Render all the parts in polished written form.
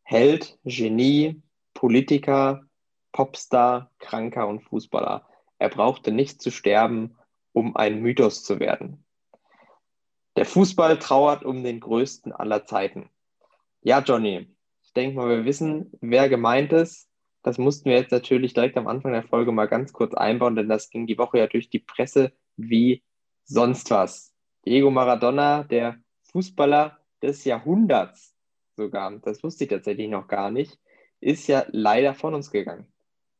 Held, Genie, Politiker, Popstar, Kranker und Fußballer. Er brauchte nicht zu sterben, um ein Mythos zu werden. Der Fußball trauert um den größten aller Zeiten. Ja, Johnny, ich denke mal, wir wissen, wer gemeint ist. Das mussten wir jetzt natürlich direkt am Anfang der Folge mal ganz kurz einbauen, denn das ging die Woche ja durch die Presse wie sonst was. Diego Maradona, der Fußballer des Jahrhunderts sogar, das wusste ich tatsächlich noch gar nicht, ist ja leider von uns gegangen.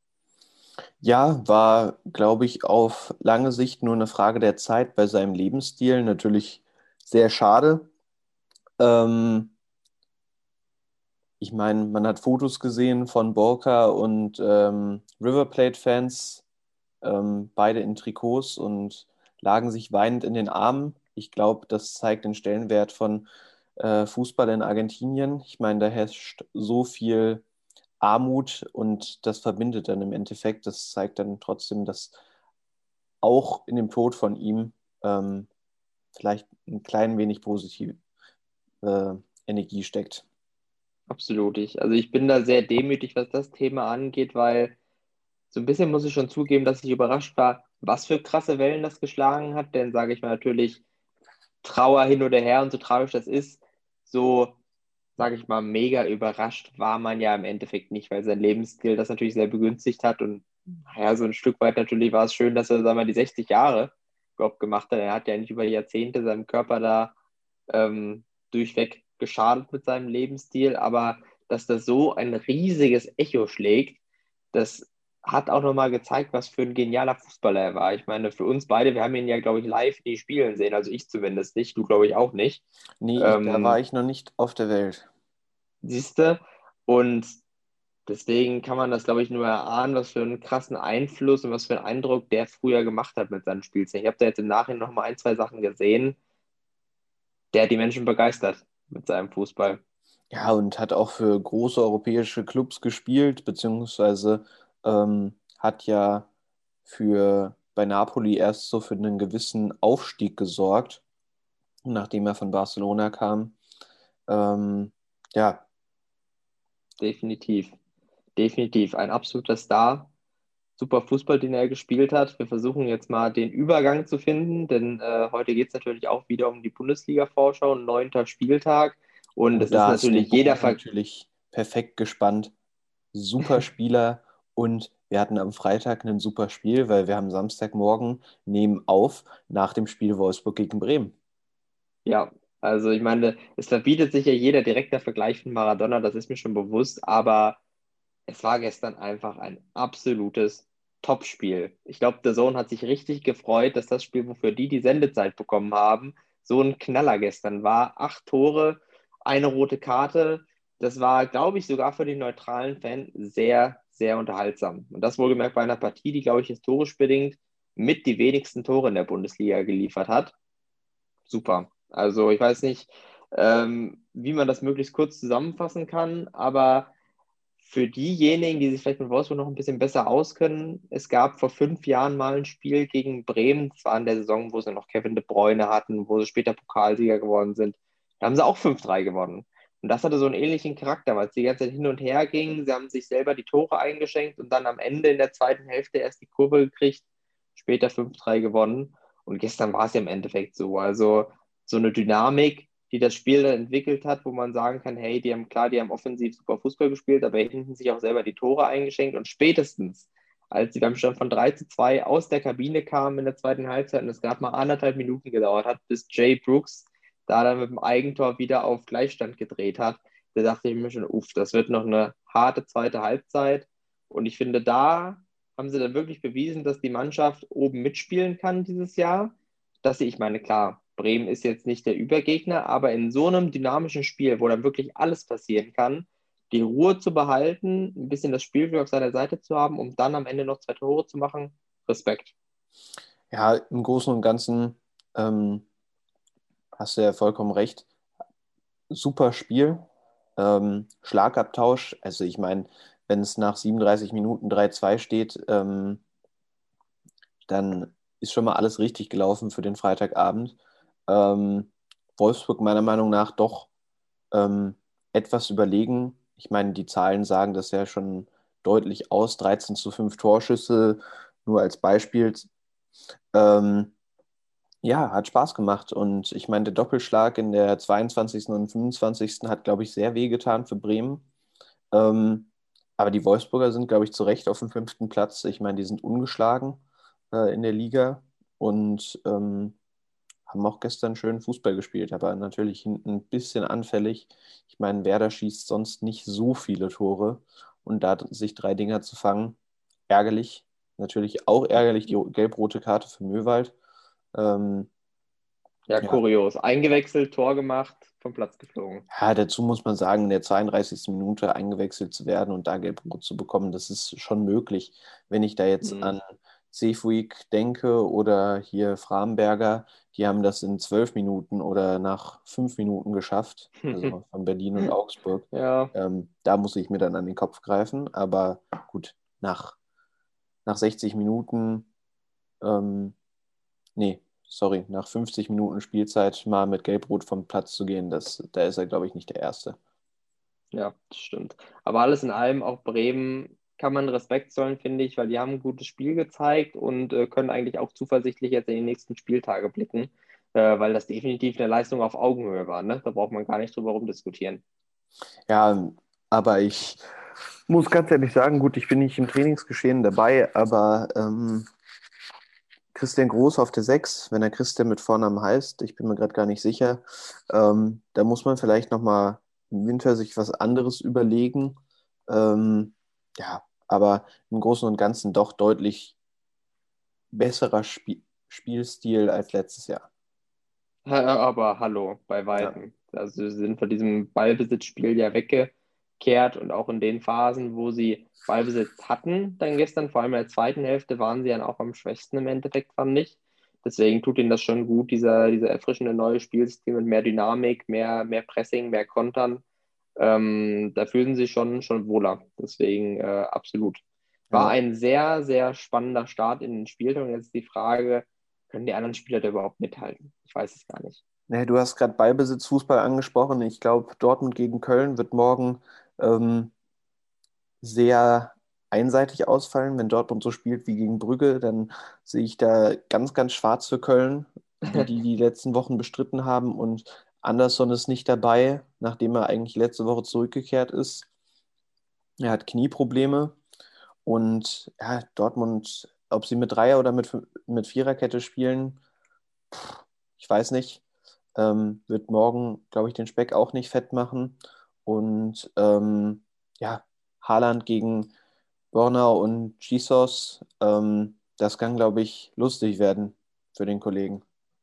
Ja, war, glaube ich, auf lange Sicht nur eine Frage der Zeit bei seinem Lebensstil. Natürlich sehr schade. Ähm, Ich meine, man hat Fotos gesehen von Boca und River Plate-Fans, beide in Trikots und lagen sich weinend in den Armen. Ich glaube, das zeigt den Stellenwert von Fußball in Argentinien. Ich meine, da herrscht so viel Armut und das verbindet dann im Endeffekt. Das zeigt dann trotzdem, dass auch in dem Tod von ihm ähm, vielleicht ein klein wenig positive äh, Energie steckt. Absolut. Also ich bin da sehr demütig, was das Thema angeht, weil so ein bisschen muss ich schon zugeben, dass ich überrascht war, was für krasse Wellen das geschlagen hat. Denn sage ich mal natürlich, Trauer hin oder her und so tragisch das ist, so, sage ich mal, mega überrascht war man ja im Endeffekt nicht, weil sein Lebensstil das natürlich sehr begünstigt hat und ja, so ein Stück weit natürlich war es schön, dass er, sagen wir mal, die 60 Jahre überhaupt gemacht hat. Er hat ja nicht über Jahrzehnte seinem Körper da durchweg geschadet mit seinem Lebensstil, aber dass das so ein riesiges Echo schlägt, das hat auch nochmal gezeigt, was für ein genialer Fußballer er war. Ich meine, für uns beide, wir haben ihn ja, glaube ich, live nie spielen sehen, also ich zumindest nicht, du glaube ich auch nicht. Nee, da war Ähm, ich noch nicht auf der Welt. Siehste, und deswegen kann man das, glaube ich, nur erahnen, was für einen krassen Einfluss und was für einen Eindruck der früher gemacht hat mit seinem Spielstil. Ich habe da jetzt im Nachhinein noch mal ein, zwei Sachen gesehen, der hat die Menschen begeistert mit seinem Fußball. Ja, und hat auch für große europäische Clubs gespielt, beziehungsweise hat ja bei Napoli erst so für einen gewissen Aufstieg gesorgt, nachdem er von Barcelona kam. Ähm, ja, Definitiv. Definitiv. Ein absoluter Star. Super Fußball, den er gespielt hat. Wir versuchen jetzt mal den Übergang zu finden, denn heute geht es natürlich auch wieder um die Bundesliga-Vorschau, neunter Spieltag. Und es und ist da hast du den natürlich jeder Bogen Ver natürlich perfekt gespannt. Super Spieler und wir hatten am Freitag ein super Spiel, weil wir haben Samstagmorgen nehmen auf nach dem Spiel Wolfsburg gegen Bremen. Ja, also ich meine, es verbietet sich ja jeder direkter Vergleich von Maradona, das ist mir schon bewusst, aber es war gestern einfach ein absolutes Topspiel. Ich glaube, der Sohn hat sich richtig gefreut, dass das Spiel, wofür die Sendezeit bekommen haben, so ein Knaller gestern war. Acht Tore, eine rote Karte. Das war, glaube ich, sogar für den neutralen Fan sehr, sehr unterhaltsam. Und das wohlgemerkt bei einer Partie, die, glaube ich, historisch bedingt mit die wenigsten Tore in der Bundesliga geliefert hat. Super. Also ich weiß nicht, wie man das möglichst kurz zusammenfassen kann, aber für diejenigen, die sich vielleicht mit Wolfsburg noch ein bisschen besser auskennen, es gab vor 5 Jahren mal ein Spiel gegen Bremen, das war in der Saison, wo sie noch Kevin De Bruyne hatten, wo sie später Pokalsieger geworden sind. Da haben sie auch 5-3 gewonnen. Und das hatte so einen ähnlichen Charakter, weil es die ganze Zeit hin und her ging. Sie haben sich selber die Tore eingeschenkt und dann am Ende in der zweiten Hälfte erst die Kurve gekriegt, später 5-3 gewonnen. Und gestern war es ja im Endeffekt so. Also so eine Dynamik, die das Spiel dann entwickelt hat, wo man sagen kann, hey, die haben klar, die haben offensiv super Fußball gespielt, aber hinten sich auch selber die Tore eingeschenkt und spätestens, als sie beim Stand von 3-2 aus der Kabine kamen in der zweiten Halbzeit und es gerade mal 1,5 Minuten gedauert hat, bis Jay Brooks da dann mit dem Eigentor wieder auf Gleichstand gedreht hat, da dachte ich mir schon, uff, das wird noch eine harte zweite Halbzeit und ich finde, da haben sie dann wirklich bewiesen, dass die Mannschaft oben mitspielen kann dieses Jahr, dass sie, ich meine, klar, Bremen ist jetzt nicht der Übergegner, aber in so einem dynamischen Spiel, wo dann wirklich alles passieren kann, die Ruhe zu behalten, ein bisschen das Spielglück auf seiner Seite zu haben, um dann am Ende noch zwei Tore zu machen, Respekt. Ja, im Großen und Ganzen ähm, hast du ja vollkommen recht. Super Spiel. Schlagabtausch. Also ich meine, wenn es nach 37 Minuten 3-2 steht, dann ist schon mal alles richtig gelaufen für den Freitagabend. Ähm, Wolfsburg meiner Meinung nach doch ähm, etwas überlegen Ich meine, die Zahlen sagen das ja schon deutlich aus. 13:5 Torschüsse, nur als Beispiel. Ähm, ja, hat Spaß gemacht. Und ich meine, der Doppelschlag in der 22. und 25. hat, glaube ich, sehr wehgetan für Bremen. Ähm, aber die Wolfsburger sind, glaube ich, zu Recht auf dem 5. Platz. Ich meine, die sind ungeschlagen in der Liga und haben auch gestern schön Fußball gespielt, aber natürlich hinten ein bisschen anfällig. Ich meine, Werder schießt sonst nicht so viele Tore und da sich 3 Dinger zu fangen, ärgerlich. Natürlich auch ärgerlich die gelb-rote Karte für Möwald. Ähm, Ja, ja. kurios. Eingewechselt, Tor gemacht, vom Platz geflogen. Ja, dazu muss man sagen, in der 32. Minute eingewechselt zu werden und da gelb-rot zu bekommen, das ist schon möglich. Wenn ich da jetzt Hm. an Cefuig denke oder hier Framberger, die haben das in 12 Minuten oder nach 5 Minuten geschafft, also von Berlin und Augsburg. Ja, Da muss ich mir dann an den Kopf greifen, aber gut, nach 60 Minuten, ähm, nee, sorry, nach 50 Minuten Spielzeit mal mit Gelb-Rot vom Platz zu gehen, da ist er, glaube ich, nicht der Erste. ja, das stimmt. Aber alles in allem, auch Bremen kann man Respekt zollen, finde ich, weil die haben ein gutes Spiel gezeigt und können eigentlich auch zuversichtlich jetzt in die nächsten Spieltage blicken, weil das definitiv eine Leistung auf Augenhöhe war. Ne? Da braucht man gar nicht drüber rumdiskutieren. Ja, aber ich muss ganz ehrlich sagen, gut, ich bin nicht im Trainingsgeschehen dabei, aber Christian Groß auf der 6, wenn er Christian mit Vornamen heißt, ich bin mir gerade gar nicht sicher, da muss man vielleicht nochmal im Winter sich was anderes überlegen. Ja, aber im Großen und Ganzen doch deutlich besserer Spielstil als letztes Jahr. Aber hallo, bei Ja. Weitem. Also sie sind von diesem Ballbesitzspiel ja weggekehrt und auch in den Phasen, wo sie Ballbesitz hatten, dann gestern, vor allem in der zweiten Hälfte, waren sie dann auch am schwächsten im Endeffekt, fand ich. Deswegen tut ihnen das schon gut, dieser erfrischende neue Spielstil mit mehr Dynamik, mehr Pressing, mehr Kontern. Da fühlen sie sich schon wohler. Deswegen absolut. War Ja. ein sehr, sehr spannender Start in den Spieltag. Und jetzt die Frage, können die anderen Spieler da überhaupt mithalten? Ich weiß es gar nicht. Nee, du hast gerade Ballbesitzfußball angesprochen. Ich glaube, Dortmund gegen Köln wird morgen ähm, sehr einseitig ausfallen. Wenn Dortmund so spielt wie gegen Brügge, dann sehe ich da ganz, ganz schwarz für Köln, wie die letzten Wochen bestritten haben. Und Anderson ist nicht dabei, nachdem er eigentlich letzte Woche zurückgekehrt ist. Er hat Knieprobleme. Und ja, Dortmund, ob sie mit Dreier- oder mit Viererkette spielen, ich weiß nicht. Wird morgen, glaube ich, den Speck auch nicht fett machen. Und ja, Haaland gegen Borna und Jesus, das kann, glaube ich, lustig werden für den Kollegen.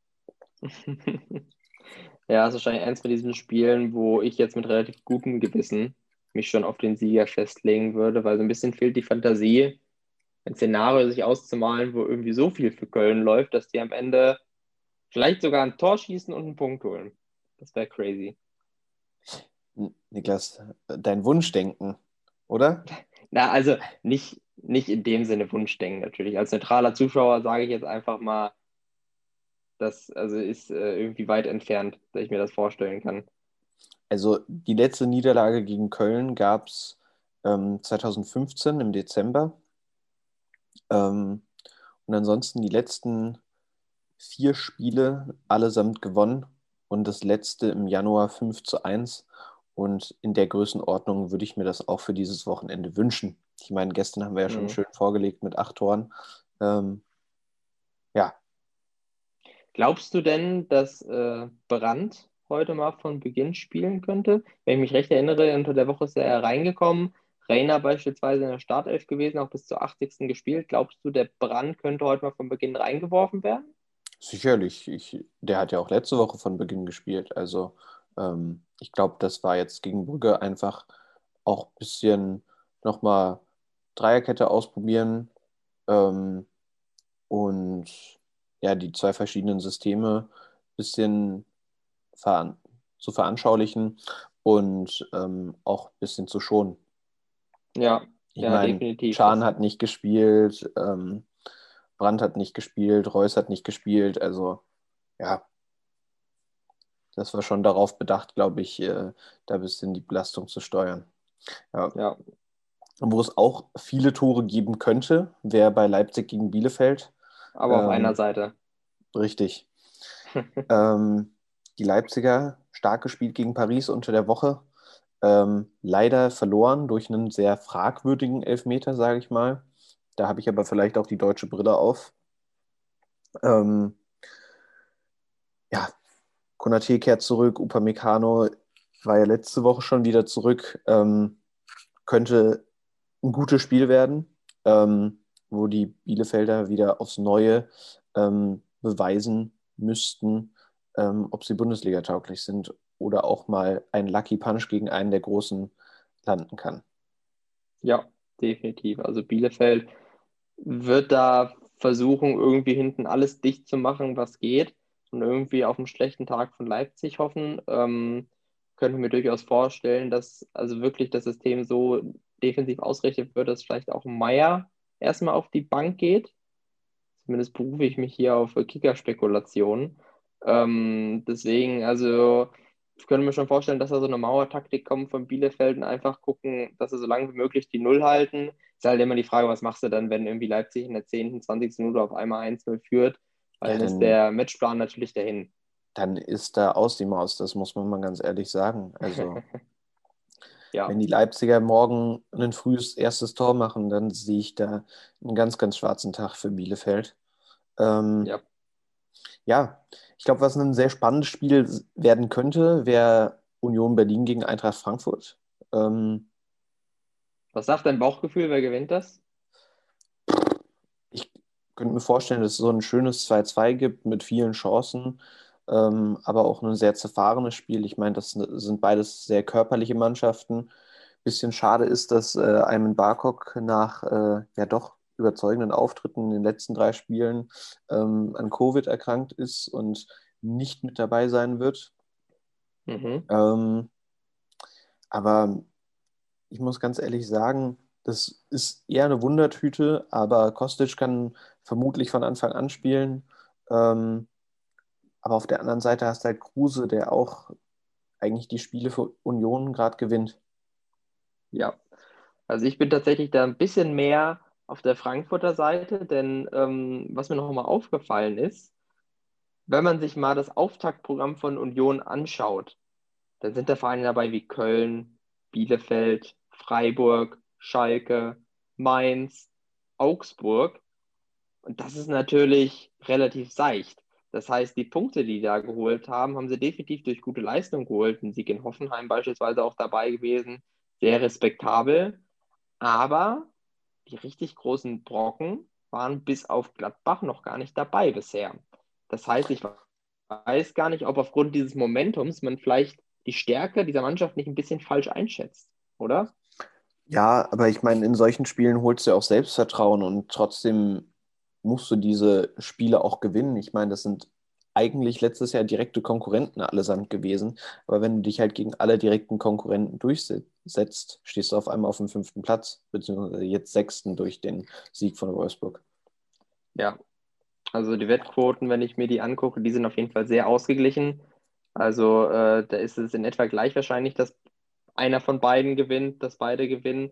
Ja, das ist wahrscheinlich eins von diesen Spielen, wo ich jetzt mit relativ gutem Gewissen mich schon auf den Sieger festlegen würde, weil so ein bisschen fehlt die Fantasie, ein Szenario sich auszumalen, wo irgendwie so viel für Köln läuft, dass die am Ende vielleicht sogar ein Tor schießen und einen Punkt holen. Das wäre crazy. Niklas, dein Wunschdenken, oder? Na, also nicht in dem Sinne Wunschdenken natürlich. Als neutraler Zuschauer sage ich jetzt einfach mal, das also ist irgendwie weit entfernt, dass ich mir das vorstellen kann. Also die letzte Niederlage gegen Köln gab es 2015 im Dezember. Ähm, und ansonsten die letzten 4 Spiele allesamt gewonnen und das letzte im Januar 5:1. Und in der Größenordnung würde ich mir das auch für dieses Wochenende wünschen. Ich meine, gestern haben wir ja schon Hm. schön vorgelegt mit 8 Toren. Ähm, ja, Glaubst du denn, dass Brandt heute mal von Beginn spielen könnte? Wenn ich mich recht erinnere, unter der Woche ist er reingekommen. Reina beispielsweise in der Startelf gewesen, auch bis zur 80. gespielt. Glaubst du, der Brandt könnte heute mal von Beginn reingeworfen werden? sicherlich. Der hat ja auch letzte Woche von Beginn gespielt. Also ich glaube, das war jetzt gegen Brügge einfach auch ein bisschen nochmal Dreierkette ausprobieren. Ähm, und ja, die 2 verschiedenen Systeme ein bisschen veran zu veranschaulichen und auch ein bisschen zu schonen. Ja, Ich ja, meine, definitiv. Can hat nicht gespielt, Brandt hat nicht gespielt, Reus hat nicht gespielt. Also ja, das war schon darauf bedacht, glaube ich, da ein bisschen die Belastung zu steuern. Ja. Ja, Wo es auch viele Tore geben könnte, wäre bei Leipzig gegen Bielefeld. aber auf einer Ähm, Seite. richtig. Ähm, die Leipziger stark gespielt gegen Paris unter der Woche. Leider verloren durch einen sehr fragwürdigen Elfmeter, sage ich mal. Da habe ich aber vielleicht auch die deutsche Brille auf. Ähm, ja, Konaté kehrt zurück, Upamecano war ja letzte Woche schon wieder zurück. Könnte ein gutes Spiel werden, wo die Bielefelder wieder aufs Neue beweisen müssten, ob sie Bundesliga tauglich sind oder auch mal ein Lucky Punch gegen einen der Großen landen kann. Ja, definitiv. Also Bielefeld wird da versuchen, irgendwie hinten alles dicht zu machen, was geht und irgendwie auf einen schlechten Tag von Leipzig hoffen. Könnte mir durchaus vorstellen, dass also wirklich das System so defensiv ausgerichtet wird, dass vielleicht auch Meier erstmal auf die Bank geht. Zumindest berufe ich mich hier auf Kicker-Spekulationen. Deswegen, also ich könnte mir schon vorstellen, dass da so eine Mauertaktik kommt von Bielefeld und einfach gucken, dass sie so lange wie möglich die Null halten. Ist halt immer die Frage, was machst du dann, wenn irgendwie Leipzig in der 10., 20. Minute auf einmal 1:0 führt, weil Ja, dann ist dann, der Matchplan natürlich dahin. dann ist da aus die Maus, das muss man mal ganz ehrlich sagen. Also, Ja, wenn die Leipziger morgen ein frühes erstes Tor machen, dann sehe ich da einen ganz, ganz schwarzen Tag für Bielefeld. Ähm, ja. Ja, ich glaube, was ein sehr spannendes Spiel werden könnte, wäre Union Berlin gegen Eintracht Frankfurt. Ähm, Was sagt dein Bauchgefühl, wer gewinnt das? ich könnte mir vorstellen, dass es so ein schönes 2-2 gibt mit vielen Chancen, aber auch ein sehr zerfahrenes Spiel. Ich meine, das sind beides sehr körperliche Mannschaften. Bisschen schade ist, dass Ayman Barkok nach ja doch überzeugenden Auftritten in den letzten 3 Spielen an Covid erkrankt ist und nicht mit dabei sein wird. Mhm. Ähm, aber ich muss ganz ehrlich sagen, das ist eher eine Wundertüte, aber Kostic kann vermutlich von Anfang an spielen. Ähm, aber auf der anderen Seite hast du halt Kruse, der auch eigentlich die Spiele für Union gerade gewinnt. Ja, also ich bin tatsächlich da ein bisschen mehr auf der Frankfurter Seite, denn was mir noch mal aufgefallen ist, wenn man sich mal das Auftaktprogramm von Union anschaut, dann sind da Vereine dabei wie Köln, Bielefeld, Freiburg, Schalke, Mainz, Augsburg. Und das ist natürlich relativ seicht. Das heißt, die Punkte, die da geholt haben, haben sie definitiv durch gute Leistung geholt. Ein Sieg in Hoffenheim beispielsweise auch dabei gewesen. Sehr respektabel. Aber die richtig großen Brocken waren bis auf Gladbach noch gar nicht dabei bisher. Das heißt, ich weiß gar nicht, ob aufgrund dieses Momentums man vielleicht die Stärke dieser Mannschaft nicht ein bisschen falsch einschätzt, oder? Ja, aber ich meine, in solchen Spielen holst du ja auch Selbstvertrauen und trotzdem musst du diese Spiele auch gewinnen. Ich meine, das sind eigentlich letztes Jahr direkte Konkurrenten allesamt gewesen. Aber wenn du dich halt gegen alle direkten Konkurrenten durchsetzt, stehst du auf einmal auf dem 5. Platz, beziehungsweise jetzt 6. durch den Sieg von Wolfsburg. Ja, also die Wettquoten, wenn ich mir die angucke, die sind auf jeden Fall sehr ausgeglichen. Also da ist es in etwa gleich wahrscheinlich, dass einer von beiden gewinnt, dass beide gewinnen.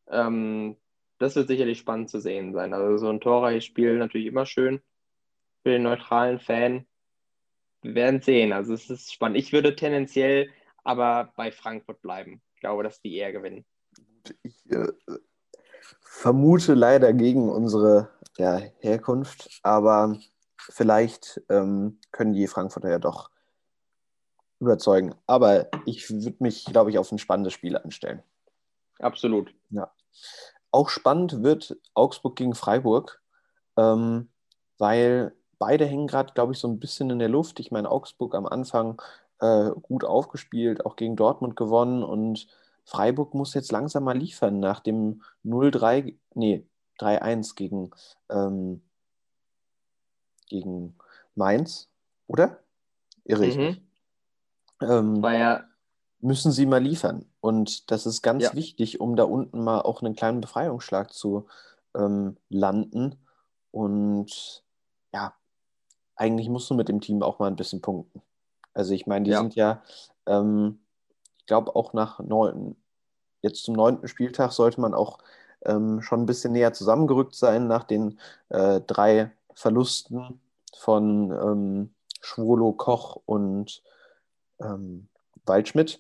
Das wird sicherlich spannend zu sehen sein. Also so ein torreiches Spiel natürlich immer schön für den neutralen Fan. Wir werden sehen. Also es ist spannend. Ich würde tendenziell aber bei Frankfurt bleiben. Ich glaube, dass die eher gewinnen. Ich vermute leider gegen unsere ja, Herkunft, aber vielleicht können die Frankfurter ja doch überzeugen. Aber ich würde mich, glaube ich, auf ein spannendes Spiel anstellen. Absolut. Ja. Auch spannend wird Augsburg gegen Freiburg, ähm, weil beide hängen gerade, glaube ich, so ein bisschen in der Luft. Ich meine, Augsburg am Anfang gut aufgespielt, auch gegen Dortmund gewonnen und Freiburg muss jetzt langsam mal liefern nach dem 0-3, nee, 3-1 gegen Mainz, oder? Irre ich mich? Mhm. Das Ähm, war ja, müssen sie mal liefern. Und das ist ganz ja, wichtig, um da unten mal auch einen kleinen Befreiungsschlag zu landen. Und ja, eigentlich musst du mit dem Team auch mal ein bisschen punkten. Also ich meine, die ja. sind ja, ich glaube auch nach jetzt zum 9. Spieltag sollte man auch schon ein bisschen näher zusammengerückt sein nach den 3 Verlusten von Schwolo, Koch und Waldschmidt.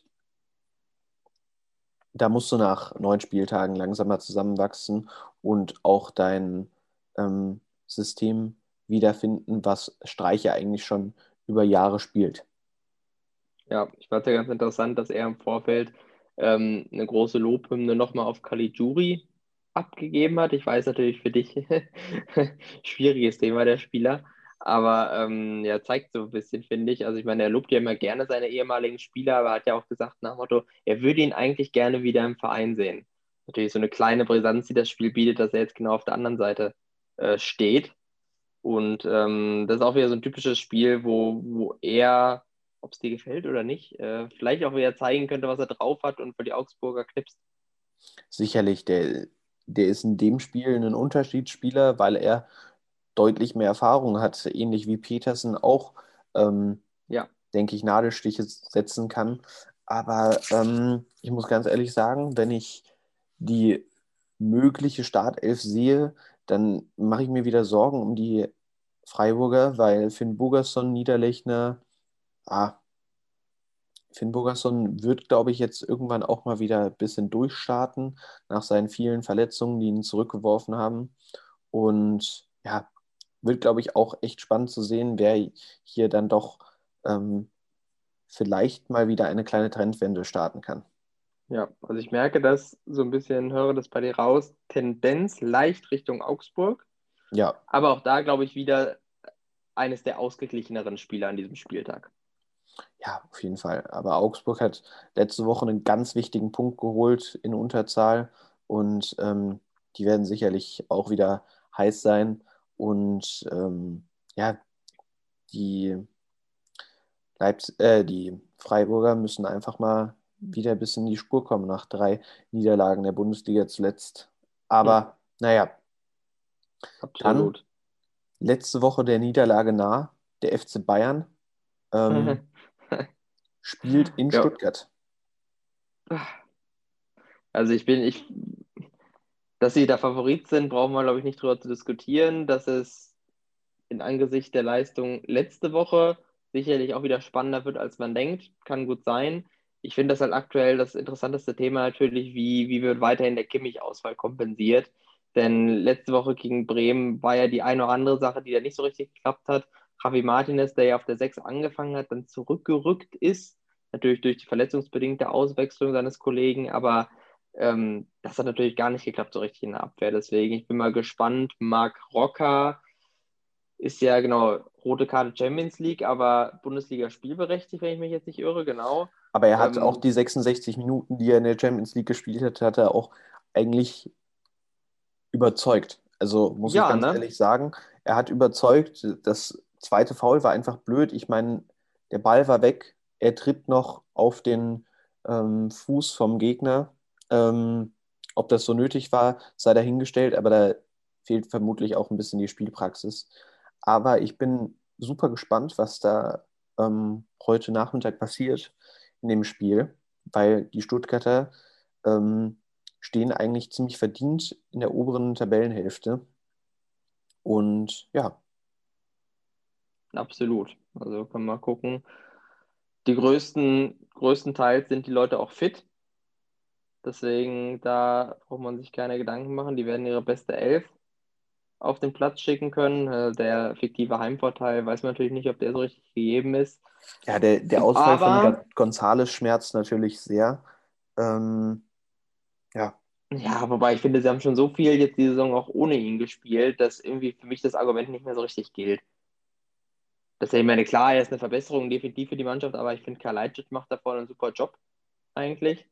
Da musst du nach 9 Spieltagen langsamer zusammenwachsen und auch dein System wiederfinden, was Streicher eigentlich schon über Jahre spielt. Ja, ich fand ja ganz interessant, dass er im Vorfeld eine große Lobhymne nochmal auf Caligiuri abgegeben hat. Ich weiß natürlich für dich, schwieriges Thema der Spieler, aber ja, zeigt so ein bisschen, finde ich. Also ich meine, er lobt ja immer gerne seine ehemaligen Spieler, aber hat ja auch gesagt nach dem Motto, er würde ihn eigentlich gerne wieder im Verein sehen. Natürlich so eine kleine Brisanz, die das Spiel bietet, dass er jetzt genau auf der anderen Seite steht. Und das ist auch wieder so ein typisches Spiel, wo er, ob es dir gefällt oder nicht, vielleicht auch wieder zeigen könnte, was er drauf hat und für die Augsburger knipst. Sicherlich, der ist in dem Spiel ein Unterschiedsspieler, weil er deutlich mehr Erfahrung hat, ähnlich wie Petersen auch, ähm, Ja, denke ich, Nadelstiche setzen kann. Aber ich muss ganz ehrlich sagen, wenn ich die mögliche Startelf sehe, dann mache ich mir wieder Sorgen um die Freiburger, weil Finn Bogerson, Niederlechner, ah, Finn Bogerson wird, glaube ich, jetzt irgendwann auch mal wieder ein bisschen durchstarten nach seinen vielen Verletzungen, die ihn zurückgeworfen haben. Und ja, wird, glaube ich, auch echt spannend zu sehen, wer hier dann doch ähm, vielleicht mal wieder eine kleine Trendwende starten kann. ja. Also ich merke das so ein bisschen, höre das bei dir raus, Tendenz leicht Richtung Augsburg, Ja, aber auch da glaube ich wieder eines der ausgeglicheneren Spieler an diesem Spieltag. ja, auf jeden Fall. Aber Augsburg hat letzte Woche einen ganz wichtigen Punkt geholt in Unterzahl und die werden sicherlich auch wieder heiß sein. Und ja, die die Freiburger müssen einfach mal wieder ein bisschen in die Spur kommen nach 3 Niederlagen der Bundesliga zuletzt. Hm, Aber naja, dann absolut. letzte Woche der Niederlage nah, der FC Bayern spielt in Ja, Stuttgart. also dass sie da Favorit sind, brauchen wir, glaube ich, nicht drüber zu diskutieren. Dass es in Angesicht der Leistung letzte Woche sicherlich auch wieder spannender wird, als man denkt. Kann gut sein. Ich finde das halt aktuell das interessanteste Thema natürlich, wie wird weiterhin der Kimmich-Ausfall kompensiert. Denn letzte Woche gegen Bremen war ja die eine oder andere Sache, die da nicht so richtig geklappt hat. Javi Martinez, der ja auf der 6 angefangen hat, dann zurückgerückt ist. Natürlich durch die verletzungsbedingte Auswechslung seines Kollegen, aber das hat natürlich gar nicht geklappt so richtig in der Abwehr. Deswegen, ich bin mal gespannt. Marc Roca ist ja genau rote Karte Champions League, aber Bundesliga spielberechtigt, wenn ich mich jetzt nicht irre, genau. Aber er hat auch Ähm, die 66 Minuten, die er in der Champions League gespielt hat, hat er auch eigentlich überzeugt. Also muss ich ja, ganz ne? ehrlich sagen, er hat überzeugt. Das zweite Foul war einfach blöd. Ich meine, der Ball war weg. Er tritt noch auf den Fuß vom Gegner. Ob das so nötig war, sei dahingestellt, aber da fehlt vermutlich auch ein bisschen die Spielpraxis. Aber ich bin super gespannt, was da heute Nachmittag passiert in dem Spiel, weil die Stuttgarter ähm, stehen eigentlich ziemlich verdient in der oberen Tabellenhälfte. Und ja, Absolut. Also können wir mal gucken. Größtenteils sind die Leute auch fit. Deswegen, da braucht man sich keine Gedanken machen. Die werden ihre beste Elf auf den Platz schicken können. Der fiktive Heimvorteil weiß man natürlich nicht, ob der so richtig gegeben ist. ja, der Ausfall von Aber Gonzales schmerzt natürlich sehr. Ähm, ja, ja, wobei ich finde, sie haben schon so viel jetzt die Saison auch ohne ihn gespielt, dass irgendwie für mich das Argument nicht mehr so richtig gilt. Das ist ja, ich meine, klar, er ist eine Verbesserung definitiv für die Mannschaft, aber ich finde, Kalajdzic macht da vorne einen super Job eigentlich.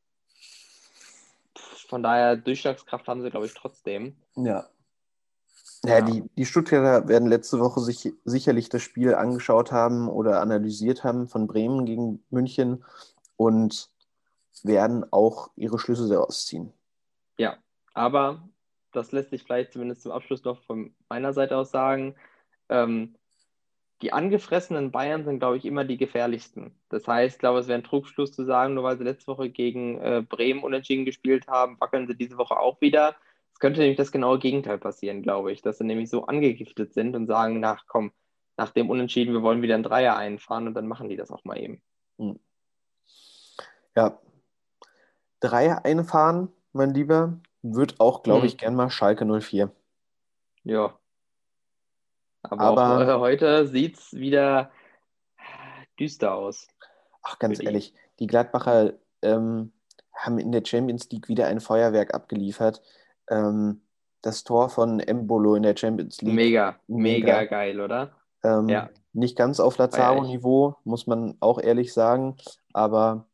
Von daher, Durchschlagskraft haben sie, glaube ich, trotzdem. ja. Ja, Ja, die Stuttgarter werden letzte Woche sich sicherlich das Spiel angeschaut haben oder analysiert haben von Bremen gegen München und werden auch ihre Schlüsse daraus ziehen. ja. Aber das lässt sich vielleicht zumindest zum Abschluss noch von meiner Seite aus sagen. Ähm, die angefressenen Bayern sind, glaube ich, immer die gefährlichsten. Das heißt, ich glaube, es wäre ein Trugschluss zu sagen, nur weil sie letzte Woche gegen Bremen unentschieden gespielt haben, wackeln sie diese Woche auch wieder. Es könnte nämlich das genaue Gegenteil passieren, glaube ich, dass sie nämlich so angegiftet sind und sagen, nach komm, nach dem Unentschieden, wir wollen wieder ein Dreier einfahren und dann machen die das auch mal eben. Hm. Ja, Dreier einfahren, mein Lieber, wird auch, glaube ich, Hm, gern mal Schalke 04. ja, aber auch Aber, heute sieht es wieder düster aus ach, für ganz die. ehrlich, die Gladbacher haben in der Champions League wieder ein Feuerwerk abgeliefert. Ähm, Das Tor von Embolo in der Champions League, Mega, mega mega. geil, oder? Ja, Nicht ganz auf feier ich. Lazaro-Niveau, muss man auch ehrlich sagen. Aber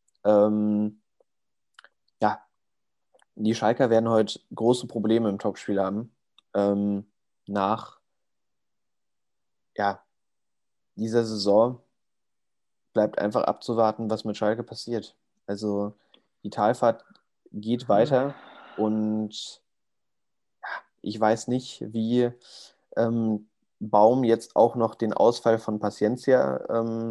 ja, die Schalker werden heute große Probleme im Topspiel haben. Nach ja, dieser Saison bleibt einfach abzuwarten, was mit Schalke passiert. Also die Talfahrt geht weiter und ich weiß nicht, wie Baum jetzt auch noch den Ausfall von Paciencia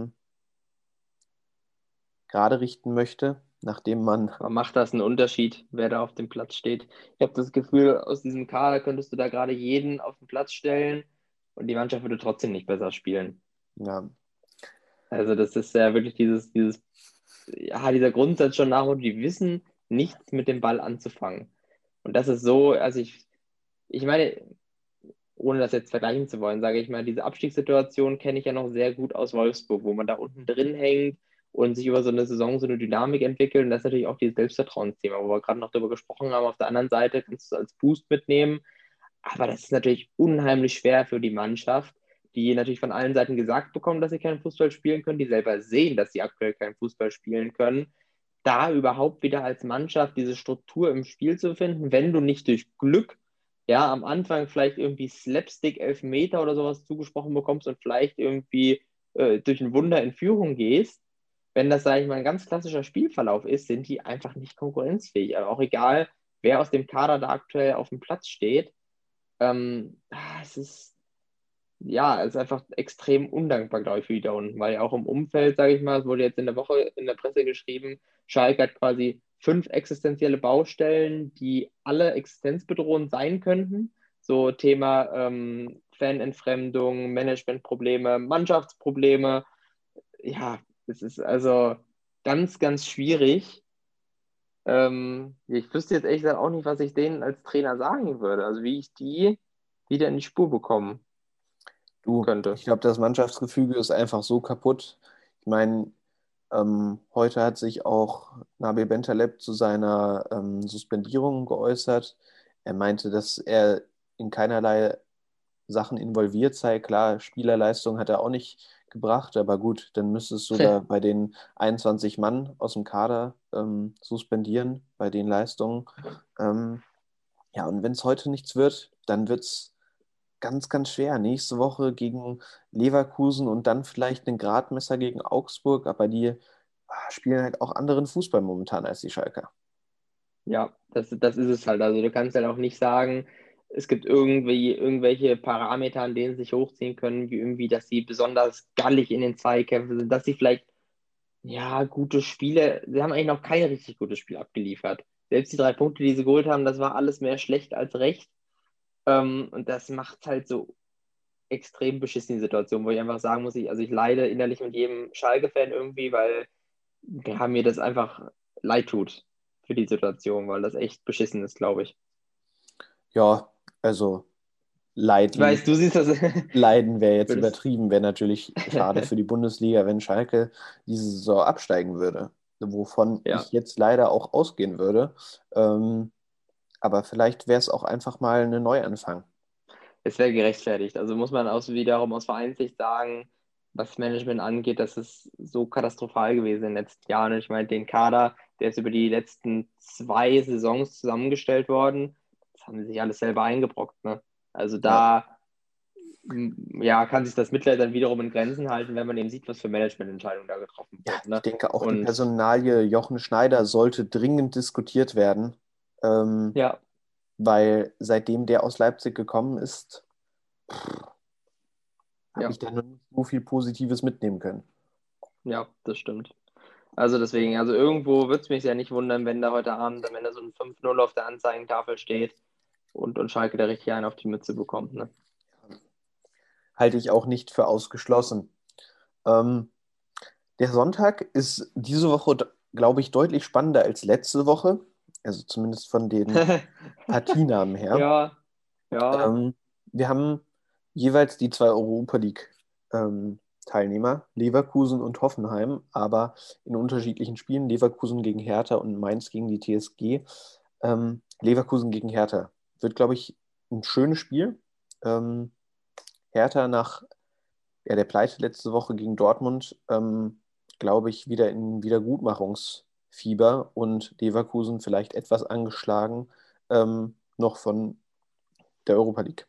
gerade richten möchte, nachdem man, Aber macht das einen Unterschied, wer da auf dem Platz steht? Ich habe das Gefühl, aus diesem Kader könntest du da gerade jeden auf den Platz stellen und die Mannschaft würde trotzdem nicht besser spielen. ja, Also das ist ja wirklich ja, dieser Grundsatz schon nach und die wissen nichts mit dem Ball anzufangen. Und das ist so, also ich meine, ohne das jetzt vergleichen zu wollen, sage ich mal, diese Abstiegssituation kenne ich ja noch sehr gut aus Wolfsburg, wo man da unten drin hängt und sich über so eine Saison so eine Dynamik entwickelt. Und das ist natürlich auch dieses Selbstvertrauensthema, wo wir gerade noch darüber gesprochen haben. Auf der anderen Seite kannst du es als Boost mitnehmen. Aber das ist natürlich unheimlich schwer für die Mannschaft, die natürlich von allen Seiten gesagt bekommen, dass sie keinen Fußball spielen können, die selber sehen, dass sie aktuell keinen Fußball spielen können, da überhaupt wieder als Mannschaft diese Struktur im Spiel zu finden, wenn du nicht durch Glück, ja, am Anfang vielleicht irgendwie Slapstick, Elfmeter oder sowas zugesprochen bekommst und vielleicht irgendwie durch ein Wunder in Führung gehst, wenn das, sage ich mal, ein ganz klassischer Spielverlauf ist, sind die einfach nicht konkurrenzfähig. Aber auch egal, wer aus dem Kader da aktuell auf dem Platz steht, es ist, ja, es ist einfach extrem undankbar, glaube ich, für die da unten, weil ja auch im Umfeld, sage ich mal, es wurde jetzt in der Woche in der Presse geschrieben, Schalke hat quasi 5 existenzielle Baustellen, die alle existenzbedrohend sein könnten. So Thema Fanentfremdung, Managementprobleme, Mannschaftsprobleme. Ja, es ist also ganz, ganz schwierig. Ich wüsste jetzt ehrlich gesagt auch nicht, was ich denen als Trainer sagen würde. Also wie ich die wieder in die Spur bekommen du, könnte. ich glaube, das Mannschaftsgefüge ist einfach so kaputt. Ich meine, heute hat sich auch Nabil Bentaleb zu seiner Suspendierung geäußert. Er meinte, dass er in keinerlei Sachen involviert sei. Klar, Spielerleistung hat er auch nicht gebracht, aber gut, dann müsstest du da bei den 21 Mann aus dem Kader suspendieren, bei den Leistungen. Ähm, ja, und wenn es heute nichts wird, dann wird es ganz, ganz schwer. Nächste Woche gegen Leverkusen und dann vielleicht ein Gradmesser gegen Augsburg, aber die spielen halt auch anderen Fußball momentan als die Schalker. Ja, das ist es halt. Also du kannst halt auch nicht sagen, es gibt irgendwie irgendwelche Parameter, an denen sie sich hochziehen können, wie irgendwie, dass sie besonders gallig in den Zweikämpfen sind, dass sie vielleicht, ja, gute Spiele, sie haben eigentlich noch kein richtig gutes Spiel abgeliefert. Selbst die 3 Punkte, die sie geholt haben, das war alles mehr schlecht als recht. Und das macht halt so extrem beschissen, die Situation, wo ich einfach sagen muss, also ich leide innerlich mit jedem Schalke-Fan irgendwie, weil mir das einfach leid tut für die Situation, weil das echt beschissen ist, glaube ich. Ja, also Ich weiß, leiden, du siehst das. leiden wäre jetzt Würdest. übertrieben, wäre natürlich schade für die Bundesliga, wenn Schalke diese Saison absteigen würde, wovon ich Ja, jetzt leider auch ausgehen würde. Ähm, aber vielleicht wäre es auch einfach mal ein Neuanfang. es wäre gerechtfertigt. Also muss man wiederum aus Vereinssicht sagen, was das Management angeht, das ist so katastrophal gewesen in den letzten Jahren. Und ich meine, den Kader, der ist über die letzten 2 Saisons zusammengestellt worden. Das haben sie sich alles selber eingebrockt. Ne? Also Ja, ja, kann sich das Mitleid dann wiederum in Grenzen halten, wenn man eben sieht, was für Managemententscheidungen da getroffen ja, wurden. ich Ne? denke auch die Und Personalie Jochen Schneider sollte dringend diskutiert werden, ähm, ja, weil seitdem der aus Leipzig gekommen ist, habe Ja, ich da noch nicht so viel Positives mitnehmen können. ja, das stimmt. Also deswegen, also irgendwo würde es mich ja nicht wundern, wenn da heute Abend am Ende so ein 5-0 auf der Anzeigentafel steht und Schalke da richtig einen auf die Mütze bekommt. Ne? Halte ich auch nicht für ausgeschlossen. Ähm, Der Sonntag ist diese Woche, glaube ich, deutlich spannender als letzte Woche. Also zumindest von den Partienamen her. Ja, ja, Ähm, Wir haben jeweils die zwei Europa League Teilnehmer, Leverkusen und Hoffenheim, aber in unterschiedlichen Spielen. Leverkusen gegen Hertha und Mainz gegen die TSG. Leverkusen gegen Hertha wird, glaube ich, ein schönes Spiel. Ähm, Hertha nach der Pleite letzte Woche gegen Dortmund, glaube ich, wieder in Wiedergutmachungsfieber und Leverkusen vielleicht etwas angeschlagen, noch von der Europa League.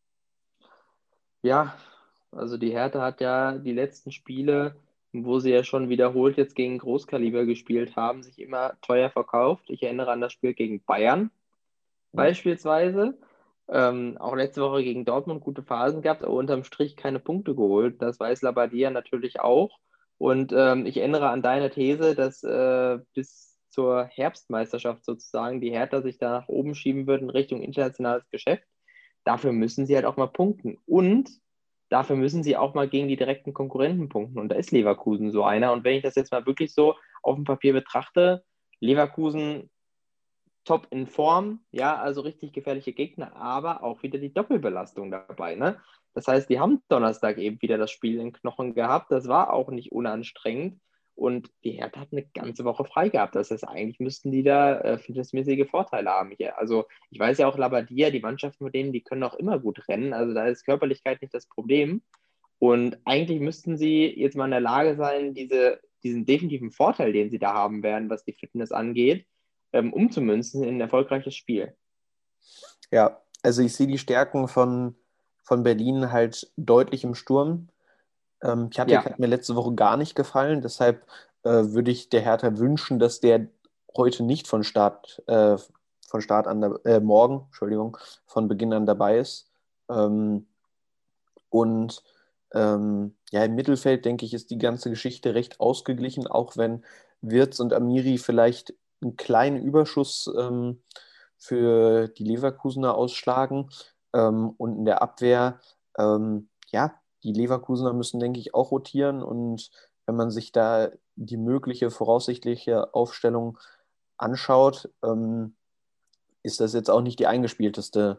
ja. Also die Hertha hat ja die letzten Spiele, wo sie ja schon wiederholt jetzt gegen Großkaliber gespielt haben, sich immer teuer verkauft. Ich erinnere an das Spiel gegen Bayern beispielsweise. Auch letzte Woche gegen Dortmund gute Phasen gehabt, aber unterm Strich keine Punkte geholt. Das weiß Labadia natürlich auch. Und ich erinnere an deine These, dass bis zur Herbstmeisterschaft sozusagen die Hertha sich da nach oben schieben wird in Richtung internationales Geschäft. Dafür müssen sie halt auch mal punkten. Und dafür müssen sie auch mal gegen die direkten Konkurrenten punkten. Und da ist Leverkusen so einer. Und wenn ich das jetzt mal wirklich so auf dem Papier betrachte, Leverkusen top in Form, ja, also richtig gefährliche Gegner, aber auch wieder die Doppelbelastung dabei, ne? Das heißt, die haben Donnerstag eben wieder das Spiel in Knochen gehabt. Das war auch nicht unanstrengend. Und die Hertha hat eine ganze Woche frei gehabt. Das heißt, eigentlich müssten die da verhältnismäßige Vorteile haben. Also ich weiß ja auch, Labadia, die Mannschaften mit denen, die können auch immer gut rennen. Also da ist Körperlichkeit nicht das Problem. Und eigentlich müssten sie jetzt mal in der Lage sein, diesen definitiven Vorteil, den sie da haben werden, was die Fitness angeht, umzumünzen in ein erfolgreiches Spiel. Ja, also ich sehe die Stärken von Berlin halt deutlich im Sturm. Piatek Ja, hat mir letzte Woche gar nicht gefallen, deshalb würde ich der Hertha wünschen, dass der heute nicht von Start an, morgen, Entschuldigung, von Beginn an dabei ist. Ähm, und ja, im Mittelfeld, denke ich, ist die ganze Geschichte recht ausgeglichen, auch wenn Wirtz und Amiri vielleicht einen kleinen Überschuss für die Leverkusener ausschlagen. Und in der Abwehr, ja, die Leverkusener müssen, denke ich, auch rotieren. Und wenn man sich da die mögliche voraussichtliche Aufstellung anschaut, ist das jetzt auch nicht die eingespielteste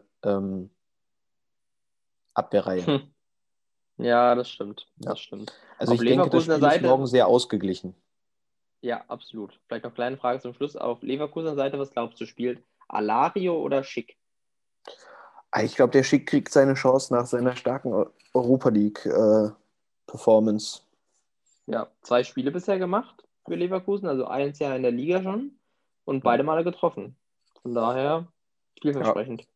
Abwehrreihe. hm. Ja, das stimmt. Ja. Das stimmt. Also Auf ich denke, das Leverkusener Spiel ist morgen Seite, sehr ausgeglichen. ja, absolut. Vielleicht noch kleine Frage zum Schluss. Auf Leverkusener Seite, was glaubst du, spielt Alario oder Schick? Ich glaube, der Schick kriegt seine Chance nach seiner starken Europa League Performance. Ja, 2 Spiele bisher gemacht für Leverkusen, also eins Jahr in der Liga schon und Ja. beide Male getroffen. Von daher Ja. vielversprechend.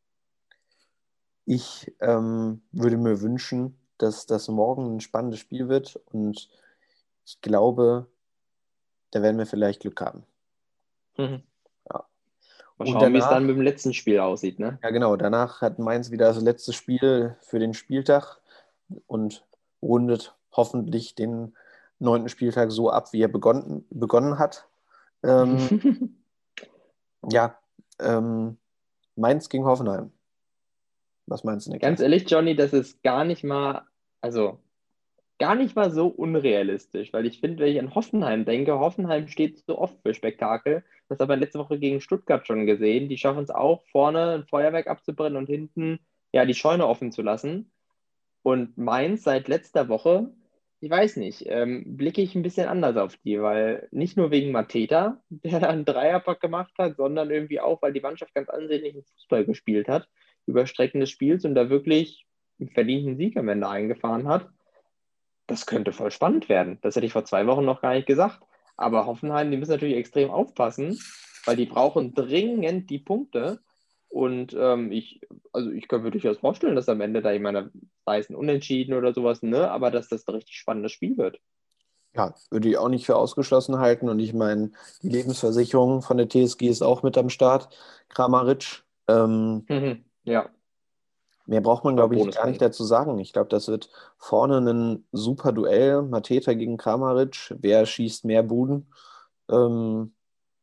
Ich würde mir wünschen, dass das morgen ein spannendes Spiel wird und ich glaube, da werden wir vielleicht Glück haben. Mhm. Ja. Mal Und schauen, wie es dann danach, mit dem letzten Spiel aussieht, ne? ja genau, danach hat Mainz wieder das letzte Spiel für den Spieltag und rundet hoffentlich den 9. Spieltag so ab, wie er begonnen hat. Ähm, ja, ähm, Mainz gegen Hoffenheim. Was meinst du, Ganz Niklas? ehrlich, Johnny, das ist also gar nicht mal so unrealistisch, weil ich finde, wenn ich an Hoffenheim denke, Hoffenheim steht so oft für Spektakel. Das haben wir letzte Woche gegen Stuttgart schon gesehen. Die schaffen es auch, vorne ein Feuerwerk abzubrennen und hinten ja die Scheune offen zu lassen. Und Mainz seit letzter Woche, ich weiß nicht, blicke ich ein bisschen anders auf die, weil nicht nur wegen Mateta, der da einen Dreierpack gemacht hat, sondern irgendwie auch, weil die Mannschaft ganz ansehnlichen Fußball gespielt hat, über Strecken des Spiels und da wirklich einen verdienten Sieg am Ende eingefahren hat. Das könnte voll spannend werden. Das hätte ich vor 2 Wochen noch gar nicht gesagt. Aber Hoffenheim, die müssen natürlich extrem aufpassen, weil die brauchen dringend die Punkte. Und also ich könnte mir durchaus vorstellen, dass am Ende da jemand sei es ein Unentschieden oder sowas, ne? Aber dass das ein richtig spannendes Spiel wird. Ja, würde ich auch nicht für ausgeschlossen halten. Und ich meine, die Lebensversicherung von der TSG ist auch mit am Start. Kramaric. Mhm. Ja, Mehr braucht man, Oder glaube ich, gar nicht Bonuspunkt. dazu sagen. Ich glaube, das wird vorne ein super Duell. Mateta gegen Kramaric. Wer schießt mehr Buden? Ähm,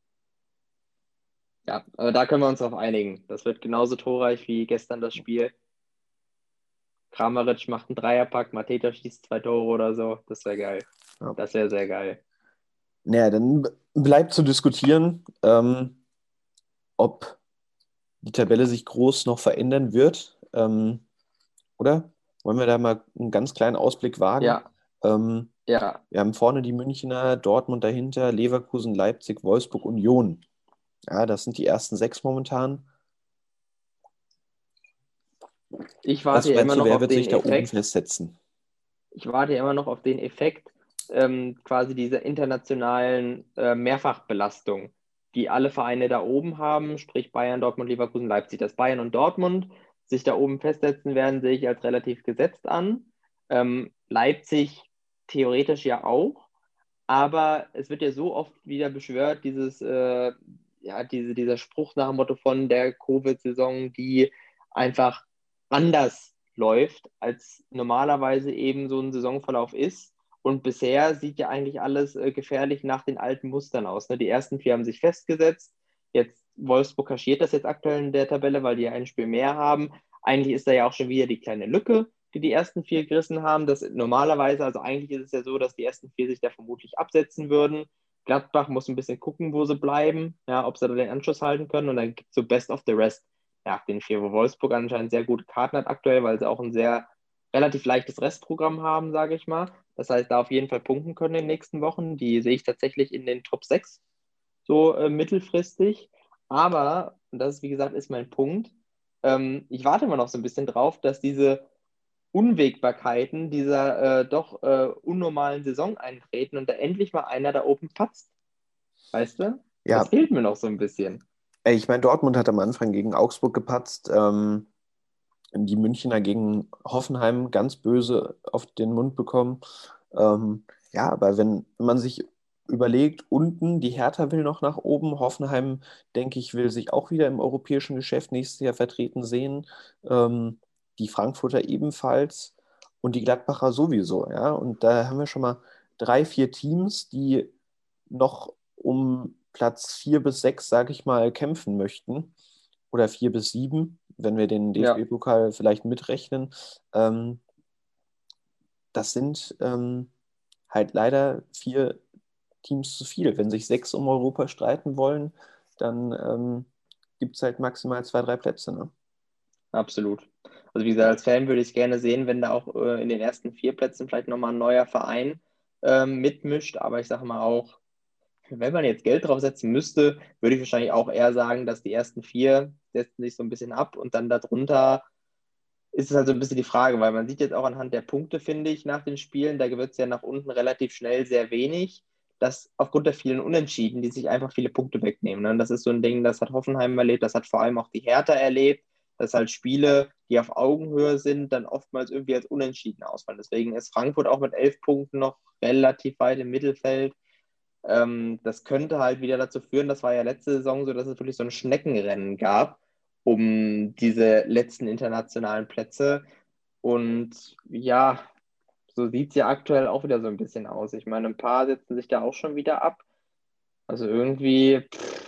Ja, aber da können wir uns darauf einigen. Das wird genauso torreich wie gestern das Spiel. Kramaric macht einen Dreierpack, Mateta schießt 2 Tore oder so. Das wäre geil. ja. Das wäre sehr geil. Naja, dann bleibt zu diskutieren, ob die Tabelle sich groß noch verändern wird. Oder? Wollen wir da mal einen ganz kleinen Ausblick wagen? Ja, Ähm, ja. Wir haben vorne die Münchner, Dortmund dahinter, Leverkusen, Leipzig, Wolfsburg, Union. Ja, das sind die ersten sechs momentan. Ich warte Was ja immer meinst du, noch wer auf wird sich den da oben Effekt. festsetzen? Ich warte ja immer noch auf den Effekt, quasi dieser internationalen Mehrfachbelastung, die alle Vereine da oben haben, sprich Bayern, Dortmund, Leverkusen, Leipzig. Dass Bayern und Dortmund sich da oben festsetzen werden, sehe ich als relativ gesetzt an. Leipzig theoretisch ja auch, aber es wird ja so oft wieder beschwört, dieser Spruch nach dem Motto von der Covid-Saison, die einfach anders läuft, als normalerweise eben so ein Saisonverlauf ist. Und bisher sieht ja eigentlich alles gefährlich nach den alten Mustern aus. Ne? Die ersten vier haben sich festgesetzt. Jetzt Wolfsburg kaschiert das jetzt aktuell in der Tabelle, weil die ja ein Spiel mehr haben. Eigentlich ist da ja auch schon wieder die kleine Lücke, die ersten vier gerissen haben. Das normalerweise, also eigentlich ist es ja so, dass die ersten vier sich da vermutlich absetzen würden. Gladbach muss ein bisschen gucken, wo sie bleiben, ja, ob sie da den Anschluss halten können. Und dann gibt es so Best of the Rest nach den vier, wo Wolfsburg anscheinend sehr gute Karten hat aktuell, weil sie auch ein sehr relativ leichtes Restprogramm haben, sage ich mal. Das heißt, da auf jeden Fall punkten können in den nächsten Wochen. Die sehe ich tatsächlich in den Top 6 so mittelfristig. Aber, und das, wie gesagt, ist mein Punkt, ich warte immer noch so ein bisschen drauf, dass diese Unwägbarkeiten dieser doch unnormalen Saison eintreten und da endlich mal einer da oben patzt. Weißt du? Das Ja, fehlt mir noch so ein bisschen. ich meine, Dortmund hat am Anfang gegen Augsburg gepatzt. Die Münchner gegen Hoffenheim ganz böse auf den Mund bekommen. Ja, aber wenn man sich überlegt, unten, die Hertha will noch nach oben, Hoffenheim, denke ich, will sich auch wieder im europäischen Geschäft nächstes Jahr vertreten sehen. Die Frankfurter ebenfalls und die Gladbacher sowieso, ja. Und da haben wir schon mal drei, vier Teams, die noch um Platz 4 bis 6, sage ich mal, kämpfen möchten. Oder 4 bis 7, wenn wir den Ja, DFB-Pokal vielleicht mitrechnen. Ähm, Das sind halt leider 4 Teams zu viel. Wenn sich 6 um Europa streiten wollen, dann gibt es halt maximal 2, 3 Plätze. Ne? absolut. Also wie gesagt, als Fan würde ich es gerne sehen, wenn da auch in den ersten vier Plätzen vielleicht nochmal ein neuer Verein mitmischt. Aber ich sage mal auch, wenn man jetzt Geld draufsetzen müsste, würde ich wahrscheinlich auch eher sagen, dass die ersten vier setzen sich so ein bisschen ab und dann darunter ist es halt so ein bisschen die Frage, weil man sieht jetzt auch anhand der Punkte, finde ich, nach den Spielen, da wird es ja nach unten relativ schnell sehr wenig, dass aufgrund der vielen Unentschieden, die sich einfach viele Punkte wegnehmen. Ne? Und das ist so ein Ding, das hat Hoffenheim erlebt, das hat vor allem auch die Hertha erlebt, dass halt Spiele, die auf Augenhöhe sind, dann oftmals irgendwie als Unentschieden ausfallen. Deswegen ist Frankfurt auch mit 11 Punkten noch relativ weit im Mittelfeld. Das könnte halt wieder dazu führen, das war ja letzte Saison so, dass es wirklich so ein Schneckenrennen gab um diese letzten internationalen Plätze. Und ja, so sieht es ja aktuell auch wieder so ein bisschen aus. Ich meine, ein paar setzen sich da auch schon wieder ab. Also irgendwie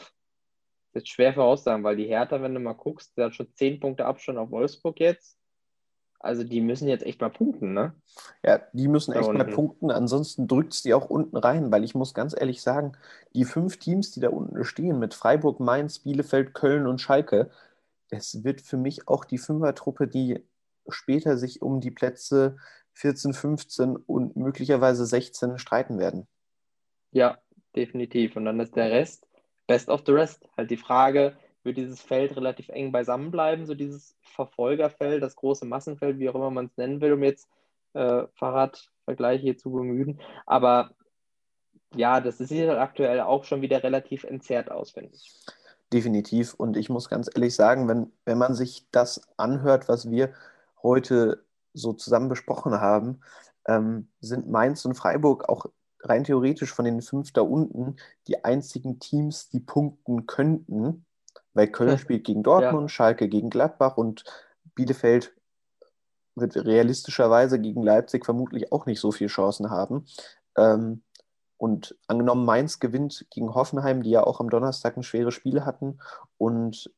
ist schwer voraussagen, weil die Hertha, wenn du mal guckst, der hat schon 10 Punkte Abstand auf Wolfsburg jetzt. Also die müssen jetzt echt mal punkten, ne? Ja, die müssen Da echt mal unten. punkten, ansonsten drückt es die auch unten rein, weil ich muss ganz ehrlich sagen, die 5 Teams, die da unten stehen, mit Freiburg, Mainz, Bielefeld, Köln und Schalke, es wird für mich auch die Fünfertruppe, die später sich um die Plätze 14, 15 und möglicherweise 16 streiten werden. Ja, definitiv. Und dann ist der Rest, best of the rest. Halt die Frage, wird dieses Feld relativ eng beisammen bleiben, so dieses Verfolgerfeld, das große Massenfeld, wie auch immer man es nennen will, um jetzt Fahrradvergleiche hier zu bemühen. Aber ja, das sieht halt aktuell auch schon wieder relativ entzerrt aus, finde ich. Definitiv. Und ich muss ganz ehrlich sagen, wenn man sich das anhört, was wir heute so zusammen besprochen haben, sind Mainz und Freiburg auch rein theoretisch von den 5 da unten die einzigen Teams, die punkten könnten, weil Köln spielt gegen Ja, Dortmund, Schalke gegen Gladbach und Bielefeld wird realistischerweise gegen Leipzig vermutlich auch nicht so viele Chancen haben. Ähm, und angenommen, Mainz gewinnt gegen Hoffenheim, die ja auch am Donnerstag ein schweres Spiel hatten, und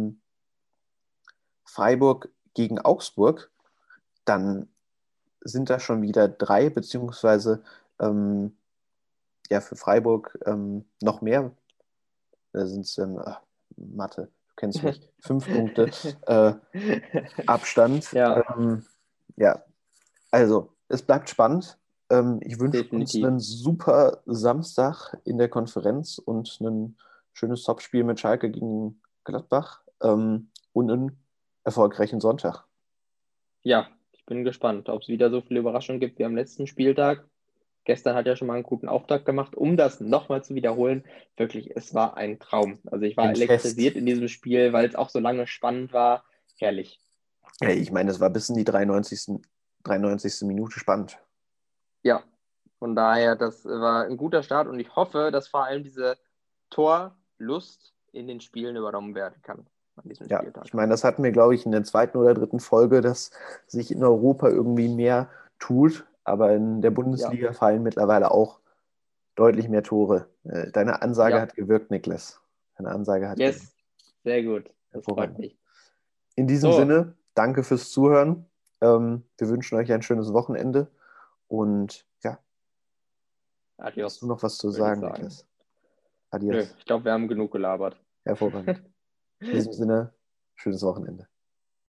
Freiburg gegen Augsburg, dann sind da schon wieder drei, beziehungsweise ja, für Freiburg noch mehr. Da sind es Mathe, du kennst mich, 5 Punkte Abstand. Ja, Ja, also es bleibt spannend. Ich wünsche uns definitiv. einen super Samstag in der Konferenz und ein schönes Topspiel mit Schalke gegen Gladbach und einen erfolgreichen Sonntag. Ja, ich bin gespannt, ob es wieder so viele Überraschungen gibt wie am letzten Spieltag. Gestern hat er schon mal einen guten Auftakt gemacht. Um das nochmal zu wiederholen, wirklich, es war ein Traum. Also ich war Ein Fest. elektrisiert in diesem Spiel, weil es auch so lange spannend war. Herrlich. Ich meine, es war bis in die 93. Minute spannend. Ja, von daher, das war ein guter Start und ich hoffe, dass vor allem diese Torlust in den Spielen übernommen werden kann an diesem Ja, ich Spieltag. meine, das hatten wir, glaube ich, in der zweiten oder dritten Folge, dass sich in Europa irgendwie mehr tut, aber in der Ja, Bundesliga fallen mittlerweile auch deutlich mehr Tore. Deine Ansage ja, hat gewirkt, Niklas. Deine Ansage hat gewirkt. yes, sehr gut. Das freut Hervorragend. mich. In diesem So, Sinne, danke fürs Zuhören. Wir wünschen euch ein schönes Wochenende und ja, hast du adios, noch was zu würde ich sagen, sagen. Niklas? Nö, Adios. ich glaube, wir haben genug gelabert. Hervorragend. In diesem Sinne, schönes Wochenende.